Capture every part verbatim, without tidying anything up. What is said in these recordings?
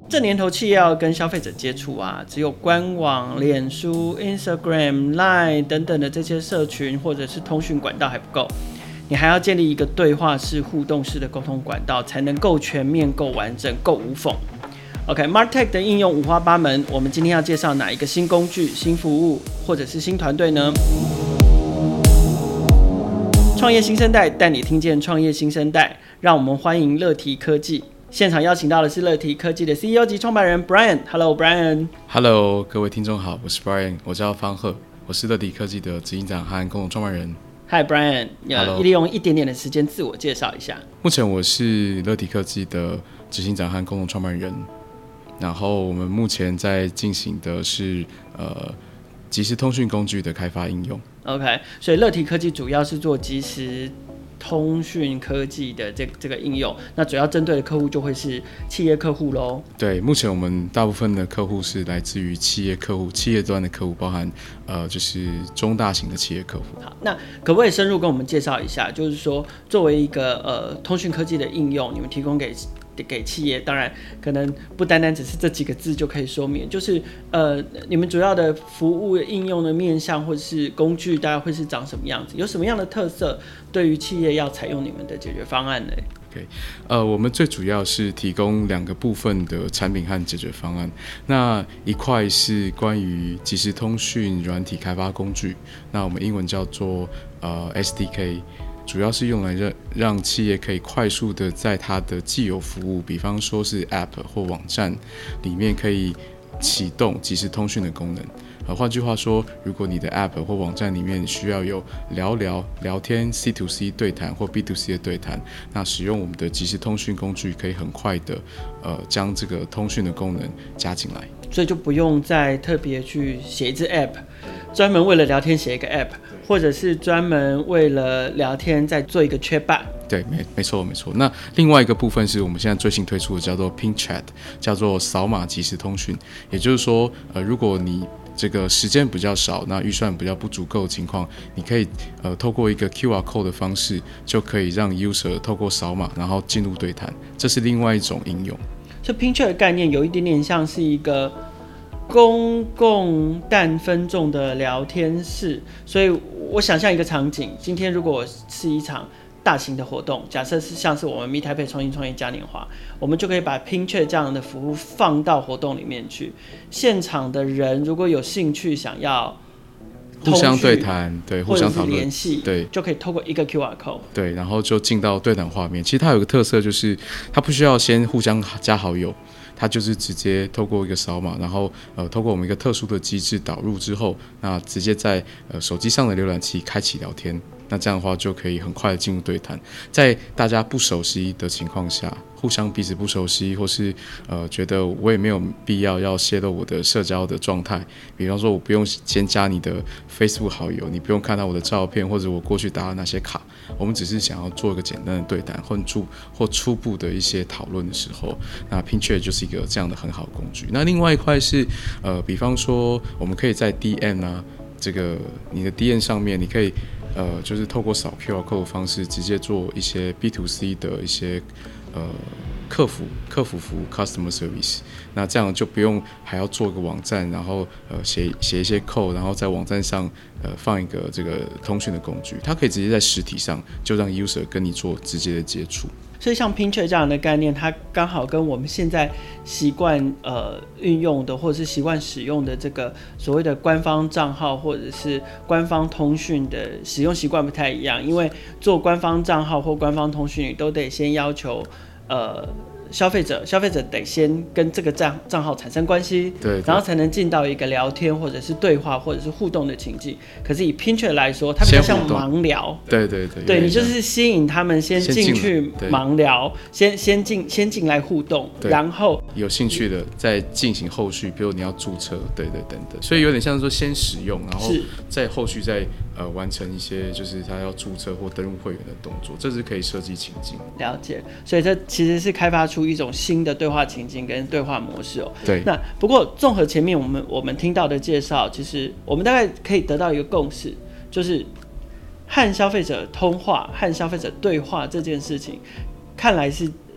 这年头企业要跟消费者接触啊，只有官网、脸书、Instagram、Line 等等的这些社群或者是通讯管道还不够，你还要建立一个对话式、互动式的沟通管道，才能够全面、够完整、够无缝。OK，Martech 的应用五花八门，我们今天要介绍哪一个新工具、新服务或者是新团队呢？创业新生代带你听见创业新生代，让我们欢迎乐提科技。现场邀请到的是乐提科技的 C E O 及创办人 Brian。Hello Brian。Hello， 各位听众好，我是 Brian， 我叫方赫，我是乐提科技的执行长和共同创办人。 Hi Brian， 利用一点点的时间自我介绍一下。 目前我是乐提科技的执行长和共同创办人。然后我们目前在进行的是呃即时通讯工具的开发应用。 OK， 所以乐提科技主要是做即时通讯科技的 这, 这个应用，那主要针对的客户就会是企业客户咯。 对，目前我们大部分的客户是来自于企业客户，企业端的客户，包含呃就是中大型的企业客户。 好，那可不可以深入跟我们介绍一下，就是说作为一个呃通讯科技的应用，你们提供给给企业，当然可能不单单只是这几个字就可以说明，就是呃，你们主要的服务应用的面向或者是工具，大概会是长什么样子？有什么样的特色，对于企业要采用你们的解决方案呢？ OK， 呃，我们最主要是提供两个部分的产品和解决方案。那一块是关于即时通讯软体开发工具，那我们英文叫做呃 S D K。主要是用来 让, 让企业可以快速的在它的既有服务，比方说是 App 或网站里面可以启动即时通讯的功能。呃，换句话说，如果你的 App 或网站里面需要有聊聊、聊天 C to C 对谈或 B to C 的对谈，那使用我们的即时通讯工具，可以很快的呃将这个通讯的功能加进来。 所以就不用再特别去写一支 App， 专门为了聊天写一个 App， 或者是专门为了聊天再做一个 Chatbot。 对，没没错没错。那另外一个部分是我们现在最新推出的，叫做 Ping Chat， 叫做扫码即时通讯。也就是说，呃，如果你这个时间比较少，那预算比较不足够的情况，你可以呃透过一个 Q R code 的方式，就可以让 user 透过扫码，然后进入对谈。这是另外一种应用。 这 Ping Chat 的概念有一点点像是一个公共但分众的聊天室，所以我想象一个场景，今天如果是一场大型的活动，假设是像是我们 Meet Taipei 创新创业嘉年华，我们就可以把 Ping Chat 这样的服务放到活动里面去，现场的人如果有兴趣想要互相对谈，对，互相讨论联系，对，就可以透过一个 Q R code， 对，然后就进到对谈画面。其实它有个特色，就是它不需要先互相加好友，它就是直接透过一个扫码，然后呃透过我们一个特殊的机制导入之后，那直接在呃手机上的浏览器开启聊天。那这样的话就可以很快的进入对谈，在大家不熟悉的情况下，互相彼此不熟悉，或是呃觉得我也没有必要要泄露我的社交的状态，比方说我不用先加你的 Facebook 好友，你不用看到我的照片或者我过去打的那些卡，我们只是想要做一个简单的对谈或初或初步的一些讨论的时候，那 Ping Chat 就是一个这样的很好的工具。那另外一块是呃比方说我们可以在 D M 啊，这个你的 D M 上面你可以呃，就是透过扫 Q R code 的方式，直接做一些 B to C 的一些呃客服客服服务 customer service。那这样就不用还要做一个网站，然后呃写写一些 code， 然后在网站上呃放一个这个通讯的工具，它可以直接在实体上就让 user 跟你做直接的接触。 所以像 Ping Chat 这样的概念，它刚好跟我们现在习惯呃运用的，或者是习惯使用的这个所谓的官方账号或者是官方通讯的使用习惯不太一样。因为做官方账号或官方通讯，你都得先要求呃消费者，消费者得先跟这个账账号产生关系， 对， 然后才能进到一个聊天或者是对话或者是互动的情境。可是以 Ping Chat 来说，它比较像盲聊， 对对对， 对你就是吸引他们先进去盲聊，先先进先进来互动，然后有兴趣的再进行后续，比如你要注册，对对等等，所以有点像说先使用，然后再后续再呃完成一些就是他要注册或登入会员的动作，这是可以设计情境。 了解，所以这其实是开发出一种新的对话情境跟对话模式哦。 对。 那不过综合前面我们我们听到的介绍，其实我们大概可以得到一个共识，就是和消费者通话、和消费者对话这件事情，看来是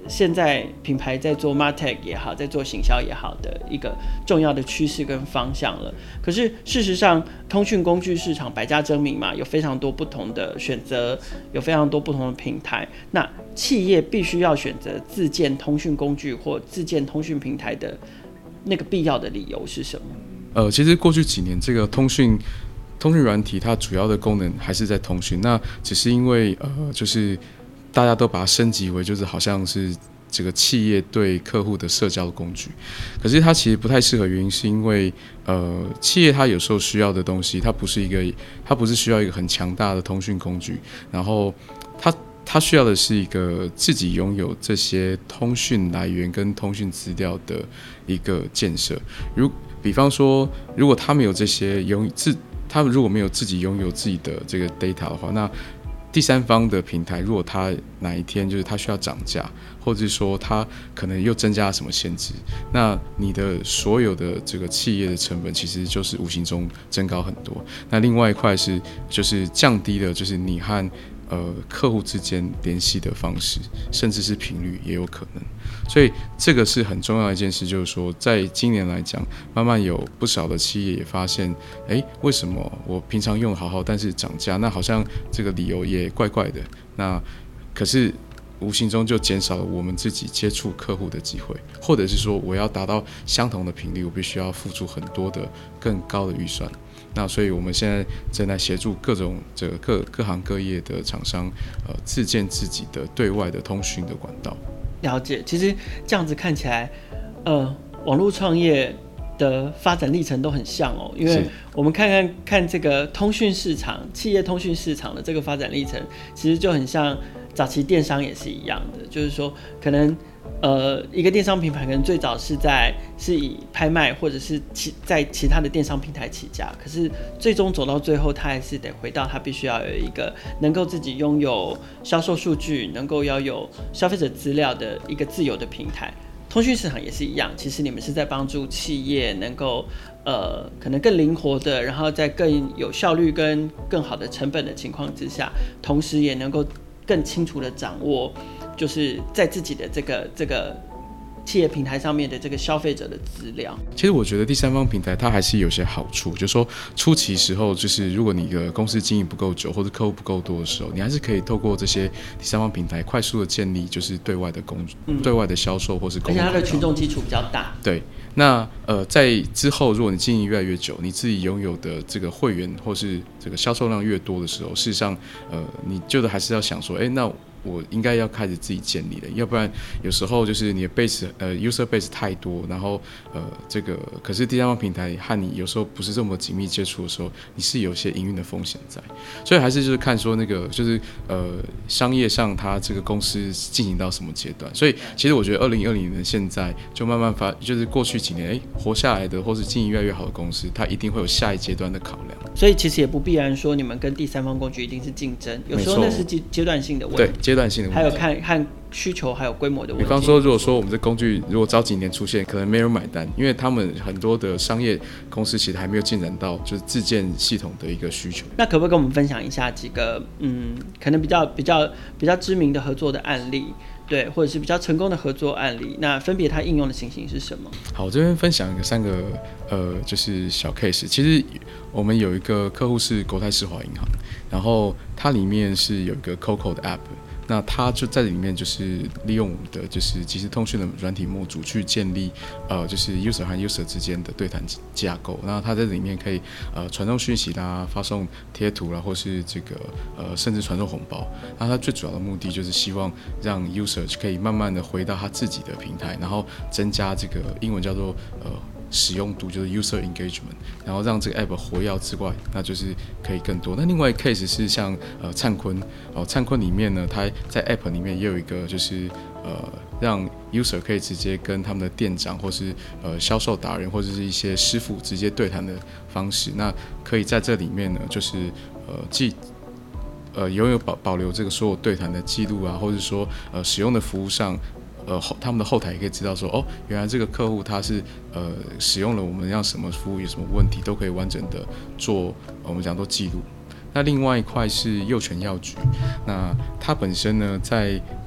现在品牌在做 martech 也好，在做行销也好的一个重要的趋势跟方向了。可是事实上，通讯工具市场百家争鸣嘛，有非常多不同的选择，有非常多不同的平台。那企业必须要选择自建通讯工具或自建通讯平台的那个必要的理由是什么？ 呃，其实过去几年这个通讯通讯软体它主要的功能还是在通讯，那只是因为呃，就是大家都把它升级为就是好像是这个企业对客户的社交的工具，可是它其实不太适合，原因是因为呃，企业它有时候需要的东西，它不是一个，它不是需要一个很强大的通讯工具，然后它它需要的是一个自己拥有这些通讯来源跟通讯资料的一个建设。如比方说，如果他没有这些拥自，他如果没有自己拥有自己的这个 data 的话，那第三方的平台，如果他哪一天就是他需要涨价，或者是说他可能又增加了什么限制，那你的所有的这个企业的成本其实就是无形中增高很多。那另外一块是就是降低了就是你和呃客户之间联系的方式，甚至是频率也有可能。所以这个是很重要的一件事，就是说在今年来讲，慢慢有不少的企业也发现，哎，为什么我平常用好好，但是涨价，那好像这个理由也怪怪的。那可是无形中就减少了我们自己接触客户的机会，或者是说我要达到相同的频率，我必须要付出很多的更高的预算。那所以我们现在正在协助各种这个 各, 各行各业的厂商，呃，自建自己的对外的通讯的管道。 了解，其实这样子看起来，呃，网络创业的发展历程都很像哦，因为我们看看看这个通讯市场、企业通讯市场的这个发展历程，其实就很像早期电商也是一样的，就是说可能。呃，一个电商品牌可能最早是在是以拍卖或者是其在其他的电商平台起家，可是最终走到最后，它还是得回到它必须要有一个能够自己拥有销售数据，能够要有消费者资料的一个自由的平台。通讯市场也是一样，其实你们是在帮助企业能够呃可能更灵活的，然后在更有效率跟更好的成本的情况之下，同时也能够更清楚的掌握。就是在自己的这个这个企业平台上面的这个消费者的资料。 其实我觉得第三方平台它还是有些好处，就是说初期时候，就是如果你的公司经营不够久或者客户不够多的时候，你还是可以透过这些第三方平台快速的建立就是对外的工、嗯、对外的销售或是公， 而且它的群众基础比较大。 对。那呃，在之后，如果你经营越来越久，你自己拥有的这个会员或是这个销售量越多的时候，事实上，呃，你就还是要想说，哎，那我应该要开始自己建立了，要不然有时候就是你的 base 呃 user base 太多，然后呃这个可是第三方平台和你有时候不是这么紧密接触的时候，你是有些营运的风险在，所以还是就是看说那个就是呃商业上它这个公司进行到什么阶段。所以其实我觉得二零二零年的现在就慢慢发，就是过去几年哎活下来的或是经营越来越好的公司，它一定会有下一阶段的考量。 所以其实也不必然说你们跟第三方工具一定是竞争，有时候那是阶段性的问题。 对，阶段性的问题， 还有看看需求还有规模的问题。 比方说，如果说我们这工具如果早几年出现，可能没人买单，因为他们很多的商业公司其实还没有进展到就是自建系统的一个需求。 那可不可以跟我们分享一下几个嗯，可能比较比较比较知名的合作的案例？对，或者是比较成功的合作案例，那分别它应用的情形是什么？ 好，我这边分享一个三个呃，就是小 case。其实我们有一个客户是国泰世华银行，然后它里面是有一个 Coco 的 app。那它就在里面，就是利用我们的就是即时通讯的软体模组去建立，呃，就是 user 和 user 之间的对谈架构。那它在里面可以呃传送讯息啦，发送贴图啦，或是这个呃甚至传送红包。那它最主要的目的就是希望让 user 可以慢慢的回到他自己的平台，然后增加这个英文叫做呃。使用度，就是 user engagement， 然后让这个 app 活跃之外，那就是可以更多。那另外一个 case 是像呃灿坤哦，灿坤里面呢，它在 app 里面也有一个就是呃让 user 可以直接跟他们的店长或是呃销售达人或者是一些师傅直接对谈的方式。那可以在这里面呢，就是呃既呃拥有保保留这个所有对谈的记录啊，或者说呃使用的服务上。呃，他们的后台也可以知道说，哦，原来这个客户他是呃使用了我们要什么服务，有什么问题都可以完整的做，呃、我们讲做记录。那另外一块是幼犬药局，那它本身呢在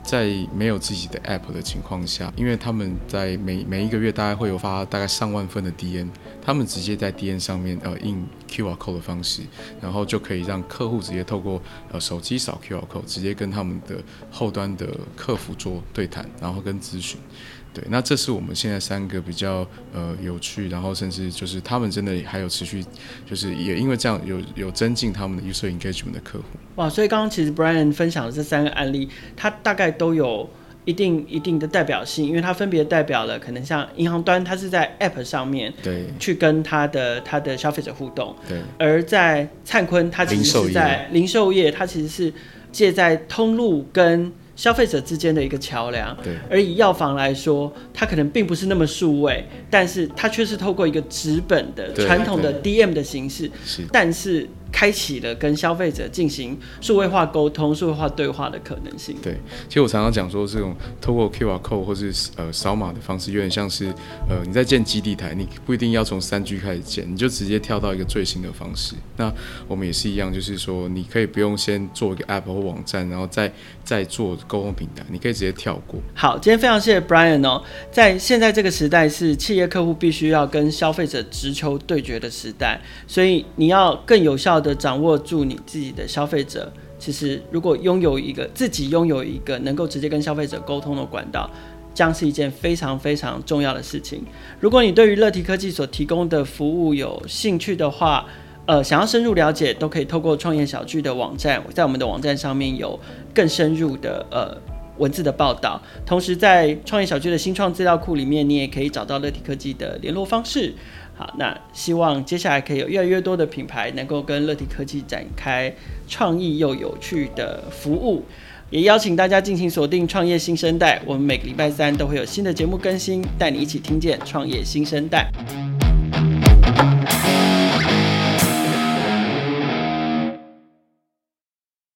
在没有自己的 App 的情况下，因为他们在每每一个月大概会有发大概上万份的 D M， 他们直接在 D M 上面呃印 Q R code 的方式，然后就可以让客户直接透过呃手机扫 Q R code， 直接跟他们的后端的客服做对谈，然后跟咨询。对，那这是我们现在三个比较呃有趣，然后甚至就是他们真的还有持续，就是也因为这样有有增进他们的 user engagement 的客户。 哇，所以刚刚其实 Brian 分享的这三个案例，它大概都有一定一定的代表性，因为它分别代表了可能像银行端，它是在 App 上面对去跟它的它的消费者互动，对，而在灿坤它其实是在零售业，它其实是介在通路跟消费者之间的一个桥梁，而以药房来说，它可能并不是那么数位，但是它却是透过一个纸本的传统的 D M 的形式，但是开启了跟消费者进行数位化沟通、数位化对话的可能性。 对，其实我常常讲说，这种透过 Q R code 或是呃扫码的方式，有点像是呃你在建基地台，你不一定要从三 G 开始建，你就直接跳到一个最新的方式。那我们也是一样，就是说你可以不用先做一个 App 或网站，然后再再做沟通平台，你可以直接跳过。 好，今天非常谢谢 Brian 哦，在现在这个时代是企业客户必须要跟消费者直球对决的时代，所以你要更有效的掌握住你自己的消费者。其实如果拥有一个自己拥有一个能够直接跟消费者沟通的管道，将是一件非常非常重要的事情。如果你对于乐提科技所提供的服务有兴趣的话，呃，想要深入了解，都可以透过创业小聚的网站，在我们的网站上面有更深入的呃文字的报道。同时，在创业小聚的新创资料库里面，你也可以找到乐提科技的联络方式。好，那希望接下来可以有越来越多的品牌能够跟乐提科技展开创意又有趣的服务。也邀请大家尽情锁定创业新生代，我们每个礼拜三都会有新的节目更新，带你一起听见创业新生代。